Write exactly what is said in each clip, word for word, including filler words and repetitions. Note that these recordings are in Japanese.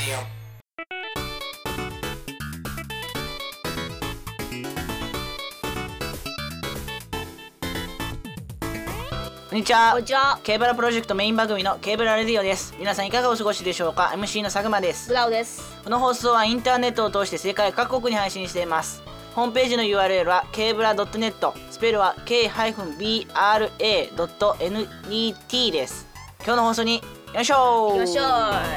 こんにちは。 こんにちは。 ケーブラプロジェクトメイン番組のケーブラレディオです。皆さんいかがお過ごしでしょうか。 エムシー の佐久間です。 ブラウです。 この放送はインターネットを通して世界各国に配信しています。ホームページの ユーアールエル は ケーブラドットネット、 スペルは ケーブラドットネット です。今日の放送によいしょー。 よいしょー。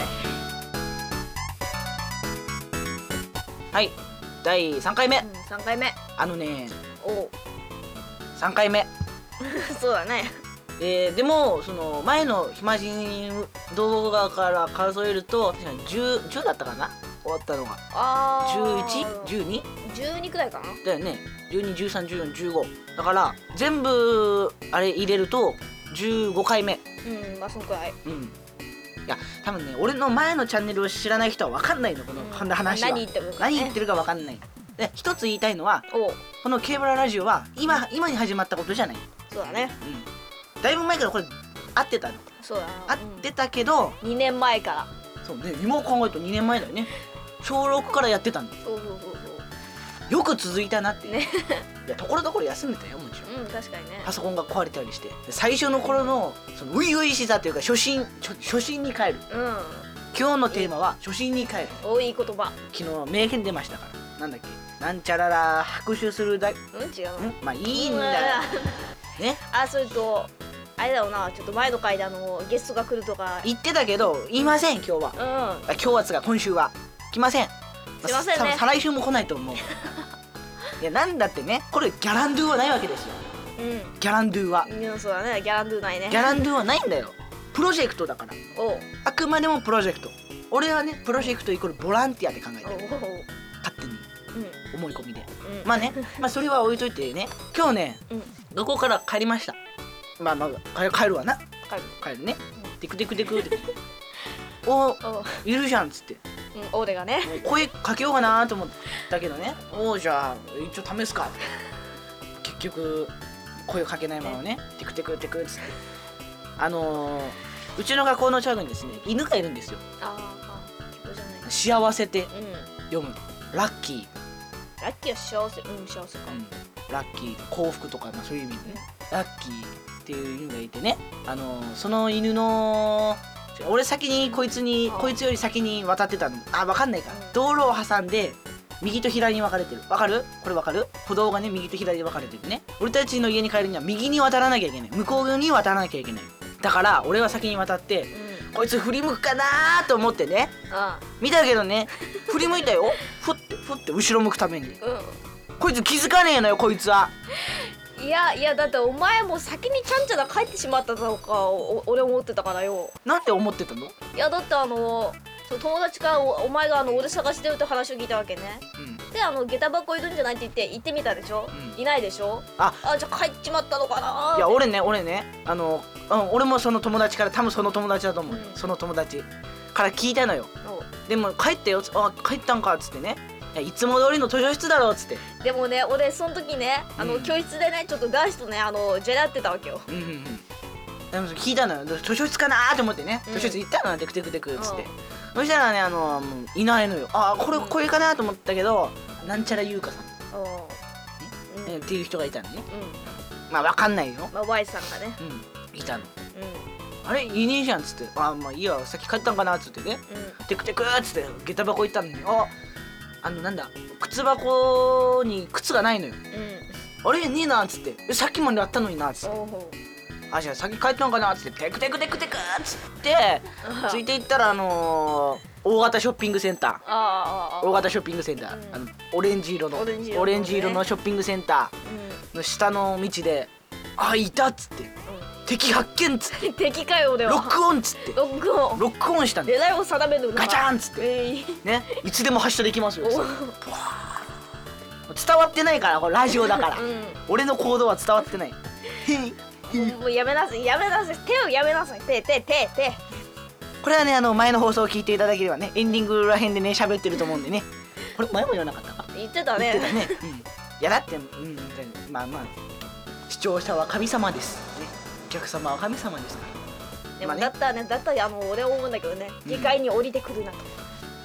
はい、だいさんかいめ、 うん、さんかいめ。 あのねおさんかいめそうだね。 えー、でもその前の暇人動画から数えると確かに 10, じゅうだったかな、終わったのがあーじゅういち?じゅうに? じゅうにくらいかな。 だよね。じゅうに、じゅうさん、じゅうよん、じゅうごだから全部あれ入れるとじゅうごかいめ。 うん、まあそのくらい。 うん、いや多分ね、俺の前のチャンネルを知らない人は分かんないの、この、 うん、 こんな話は何言ってるか、ね、 何言ってるか分かんない。で一つ言いたいのは、 おこのケーブララジオは今今に始まったことじゃない。 そうだね。 うん、だいぶ前からこれ合ってたの。 そうだな。 合ってたけど、 うん、にねんまえから。 そうね、今考えるとにねんまえだよね。しょうろくからやってたんだよ。 そうそうそうそうよく続いたなってね。 いやところどころ休んでたよ、もちろん。 うん、確かにね。 パソコンが壊れたりして、最初の頃のその初々しさというか初心初心に帰る。 うん。 今日のテーマは初心に帰る。 おいい言葉。 昨日名言出ましたから。なんだっけ、なんちゃらら拍手するだ。 うん、違うな。 んまあいいんだよね。 あ、それとあれだろうな、ちょっと前の回であのゲストが来るとか言ってたけどいません今日は。 うんあ今日はつが今週は来ません。 すいませんね。 多分再来週も来ないと思う。いやなんだってね、これギャランドゥはないわけですよ。 うんギャランドゥはうん、そうだね。ギャランドゥないね。 ギャランドゥはないんだよ。プロジェクトだから。 おうあくまでもプロジェクト。俺はねプロジェクトイコールボランティアって考えおうてる。 おう勝手にうん思い込みで。 うんまあね、まあそれは置いといてね、今日ねうんどこから帰りました。まあまあ帰帰るわな。 帰る。 帰るね。テクテクテクっておおういるじゃんっつってうんオーデがね。 声かけようかなと思ったけどね、おうじゃあ一応試すかって結局声かけないままね、テクテクテクっつって、あのー、うちの学校の近くにですね犬がいるんですよ。 あーあー、人じゃない。 幸せてうん。 読むラッキー、 ラッキーは幸せ。うん、幸せか。 うん、ラッキー幸福とか、まあ、そういう意味でね、ラッキーっていう犬がいてね、あのー、その犬の俺先にこいつにあこいつより先に渡ってたの。あ分かんないか、 うん道路を挟んで右と左に分かれてる。分かるこれ分かる。歩道がね右と左で分かれてるね。俺たちの家に帰るには右に渡らなきゃいけない、向こうに渡らなきゃいけない。だから俺は先に渡ってうん。 こいつ振り向くかなーと思ってねあ見たけどね、振り向いたよ。ふってふって後ろ向くために。 あ、 こいつ気づかねえのよこいつは。 うん。いやいや、だってお前も先にちゃんちゃら帰ってしまったとかおお俺思ってたからよ。 なんて思ってたの。 いやだってあのそう友達からおお前があの俺探してるって話を聞いたわけね。 うんであの下駄箱いるんじゃないって言って行ってみたでしょ、 うんいないでしょ。 ああじゃあ帰っちまったのかな。 いや俺ね俺ねあの、うん、俺もその友達から、多分その友達だと思うよ、 うんその友達から聞いたのよ。 おでも帰ったよ、あ帰ったんかっつってね、いやいつも通りの図書室だろっつって、 でもね俺その時ねあの、 うん教室でねちょっと男子とねあのじゃらってたわけよ。 うんうんうんでも聞いたのよ、図書室かなーと思ってね、 うん図書室行ったのよ、テクテクテクっつって、 うんそしたらねあのもういないのよ。あこれうんこれかなと思ったけど、なんちゃら優香さん、 おううん、 えうん、 っていう人がいたのね。まあわかんないよ。 まあ Y さんがね。 うんいたの。 うあれいねえじゃんっつって、あまあいいや先帰ったんかなっつってね、 んうんテクテクっつって下駄箱行ったのに、ああのなんだ靴箱に靴がないのよ。 うあれねえなっつって、えさっきまであったのになっつって、 ん。おうほあじゃあ先帰ったのかなっつってテクテクテクテクっつってう。 ついていったらあのー、大型ショッピングセンターああああ大型ショッピングセンター、 うんあのオレンジ色のオレンジ色のねオレンジ色のショッピングセンタうーの下の道で、あいたっつってん敵発見っつってうん。敵かよ俺は。 ロックオンっつってロックオン。 ロックオンしたんで狙いを定めるのガチャンっつってえいねいつでも発射できますよ。 おう伝わってないからこれラジオだから、 う俺の行動は伝わってない。へいん。もうやめなさいやめなさい手をやめなさい手手手手。 これはねあの前の放送を聞いていただければねエンディングらへんでね喋ってると思うんでね、これ前も言わなかったか言ってたね。 言ってたね、うん、いやだってうんまあまあ視聴者は神様ですね、お客様は神様ですから。 でまあねもだったらねだったらあの俺は思うんだけどね、 うん議会に降りてくるなと。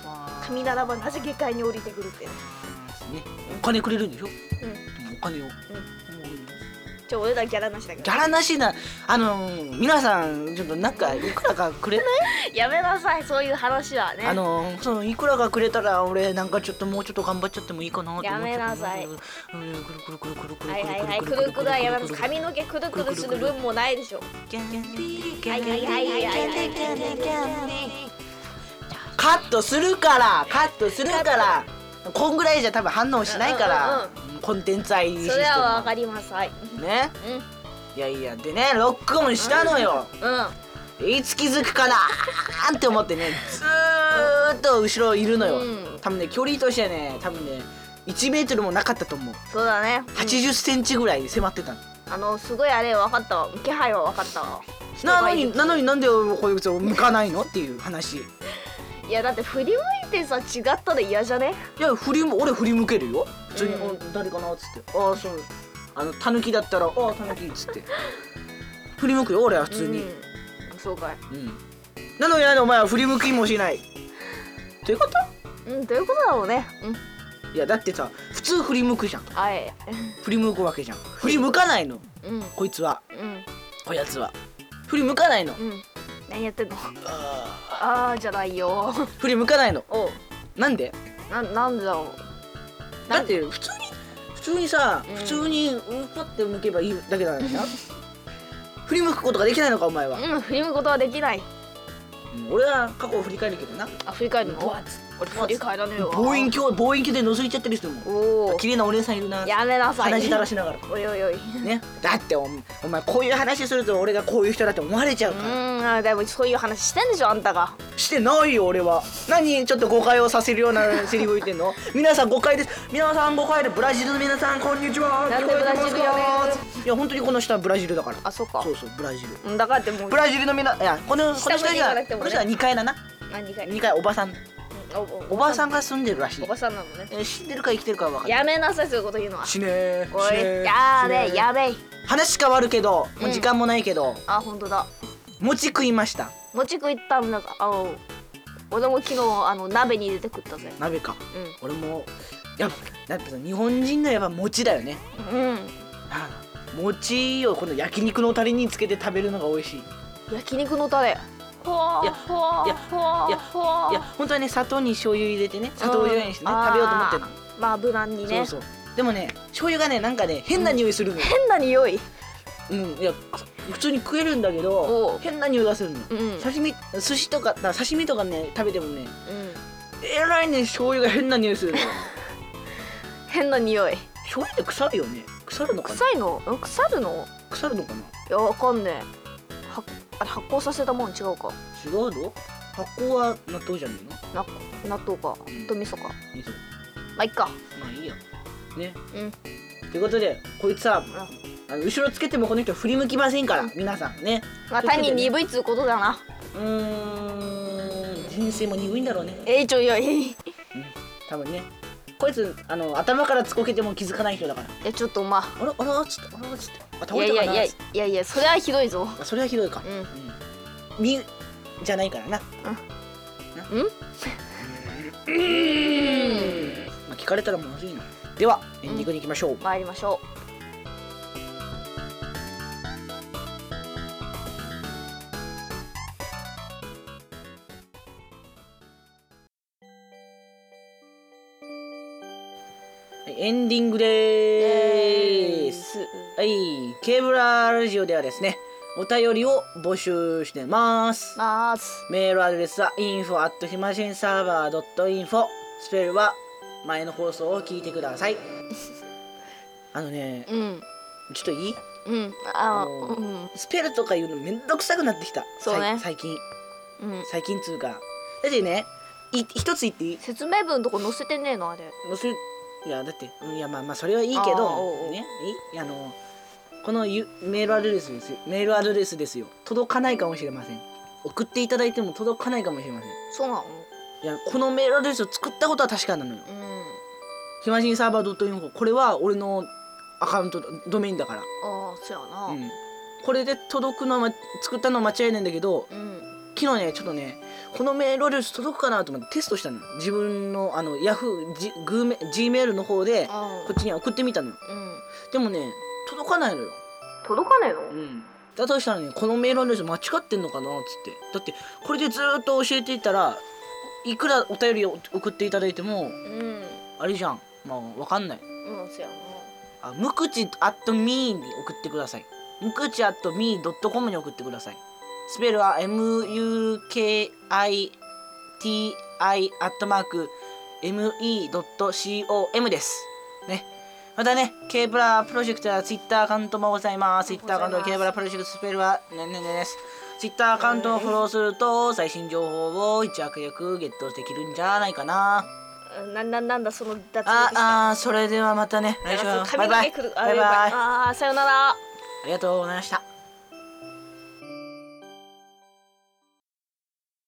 神ならばなぜ下界に降りてくるってね。 ね、お金くれるんでしょ。 うんお金を。 ちょ俺らギャラなしだけギャラなしな、あのー、皆さんちょっとなんかいくらかくれない？ どやめなさいそういう話はね。 あのー、そのいくらかくれたら俺なんかちょっともうちょっと頑張っちゃってもいいかなと思っちゃった。 やめなさい。 うんくるくるくるくるくるはいはいはいくるくるはやめなさい。髪の毛くるくるする分もないでしょ。はいはいはいはいはいはいカットするからカットするからこんぐらいじゃ多分反応しないから、 うんコンテンツ アイディー システムそれはわかります。はい。 ね。 うんいやいやでねロックオンしたのよ。 うんいつ気づくかなーって思ってねずーっと後ろいるのよ、 うん、 多分ね距離としてはね多分ねいちメートルもなかったと思う。 そうだね、 はちじゅっセンチぐらい迫ってたの、 うん、あのすごいあれ分かったわ。気配は分かったわ。 なのになのになんでこいつを向かないのっていう話。 いやだって振り向いてさ違ったら嫌じゃね。 いや振りも俺振り向けるよ普通に、 うんお誰かなっつってああそうあのタヌキだったらああタヌキっつって振り向くよ俺は普通に、 うん、そうかい。 うんなのになんでお前は振り向きもしないどういうこと？ うんどういうことだろうね。うんいやだってさ普通振り向くじゃん。 あい振り向くわけじゃん。振り向かないのうんこいつはうんこやつは振り向かないの。 うん何やってんの。 ああーじゃないよ。 ー振り向かないの。 おうなんで？ ななんだろう。 だって普通に普通にさ、 うん普通にうんパッて向けばいいだけなんだよ振り向くことができないのかお前は、 うん振り向くことはできない。 うん俺は過去を振り返るけどな。 あ振り返るの。 ボワッつ俺振り返らねえわ。 望遠鏡望遠鏡で覗いちゃってる人もおお綺麗なお姉さんいるなやめなさい。 鼻血垂らしながらおいおいおい。 ねだっておお前こういう話すると俺がこういう人だって思われちゃううから、 ーんでもそういう話してんでしょあんたが。 してないよ俺は。何ちょっと誤解をさせるようなセリフ言ってんの皆さん誤解です。皆さん誤解でブラジルの皆さんこんにちは。 なんでブラジルやねん。 いや本当にこの人はブラジルだから。 あそうか。 そうそうブラジル。 うんだからってもうブラジルの皆いやこのこの人下振り言はわなくてもねこの人はにかいだな。 何回にかいおばさんおおばさんが住んでるらしいお。ばさんなのね。 えー知ってるか生きてるかは分かんない。 やめなさいそういうこと言うのは。 しねーおいしねーやしねーべやべ話変わるけどもう時間もないけど、 あ本当だ。 餅食いました。 餅食いったんだかあの俺も昨日あの鍋に入れて食ったぜ。 鍋か。俺もやっぱだってさ日本人のやっぱ餅だよね。 うんうん。 あ餅をこの焼肉のタレにつけて食べるのが美味しい。 焼肉のタレ。ほわいやほわいやほわいやほわいや本当はね砂糖に醤油入れてね砂糖醤油にしてね食べようと思ってるの。 まあ無難にね。 そうそうでもね醤油がねなんかね変な匂いするのよ。 変な匂い。 うんいや普通に食えるんだけおどう変な匂いがするの。 うん刺身寿司とかだから刺身とかね食べてもねうん。 えらいね醤油が変な匂いするのよ。 変な匂い。 醤油って腐るよね。腐るのかな。 臭いの？ん腐るの？ 腐るのかな。 いやわかんねえ。はあれ発酵させたもん違うか。 違うの発酵は納豆じゃねえの。 な納豆かうんと味噌か。 いいぞまあいっか。 まあいいよね。 うん。 ということでこいつはあの後ろつけてもこの人振り向きませんから皆さんね。 まあ単に鈍いっつうことだな。 うーん人生も鈍いんだろうね。 えいちょいよい。 うん多分ねこいつあの頭からつこけても気づかない人だから。 えちょっとまあらあらっつってあらっつってあ倒あいやいやいやれたかなっつっていやいやそれはひどいぞ。 あそれはひどいか。 うん。 うんみじゃないからな。 うん？ まあ聞かれたらまずいな。ではエンディングに行きましょう。 参りましょエンディングう。 でーす。 す。 はい、ケーブララジオではですね、お便りを募集してます。 まーす。 メールアドレスは インフォ アット ヒマシンサーバー ドット インフォ。スペルは前の放送を聞いてください。あのね、 うんちょっといい？ うんああのうんスペルとか言うのめんどくさくなってきた。 そうねさい最近うん。 最近つうか。だってね、い一つ言っていい？ 説明文とこ載せてねえのあれ。 載せいやだってうんいやまあまあそれはいいけどあーおうおうねいいあのこのゆメールアドレスですよメールアドレスですよ届かないかもしれません。送っていただいても届かないかもしれません。 そうなの？ いやこのメールアドレスを作ったことは確かなのよ。 うん。 ヒマシンサーバー ドット インフォ これは俺のアカウントドメインだから、 ああそうやな。 うん、これで届くのは、ま、作ったのは間違いないんだけどうん。 昨日ねちょっとねこのメールアドレス届くかなと思ってテストしたの。自分のあのヤフー G, グーメ G メールの方でこっちに送ってみたのよ。 うん、 でもね届かないのよ。 届かないの？ うん。だとしたらねこのメールアドレス間違ってんのかなっつって。だってこれでずーっと教えていたらいくらお便りを送っていただいても、 うん、 あれじゃん、まあわかんない。 うん、そうやな。 あ、無口 at me に送ってください。無口 at me ドットコム に送ってください。スペルは エムユーケーアイティーアイ アットマーク エムイードットコム です。ね。またね、K ブラプロジェクトはツイッターアカウントもございます。ツイッターアカウントは K ブラプロジェクトスペルはねねねです。ツイッターアカウントをフォローすると最新情報をいち早くゲットできるんじゃないかな。 な、な、なんだその脱力あしたあ、それではまたね、来週はバイバイ。 髪の毛くる、あ、 バイバイ。 あー、さよなら。 ありがとうございました。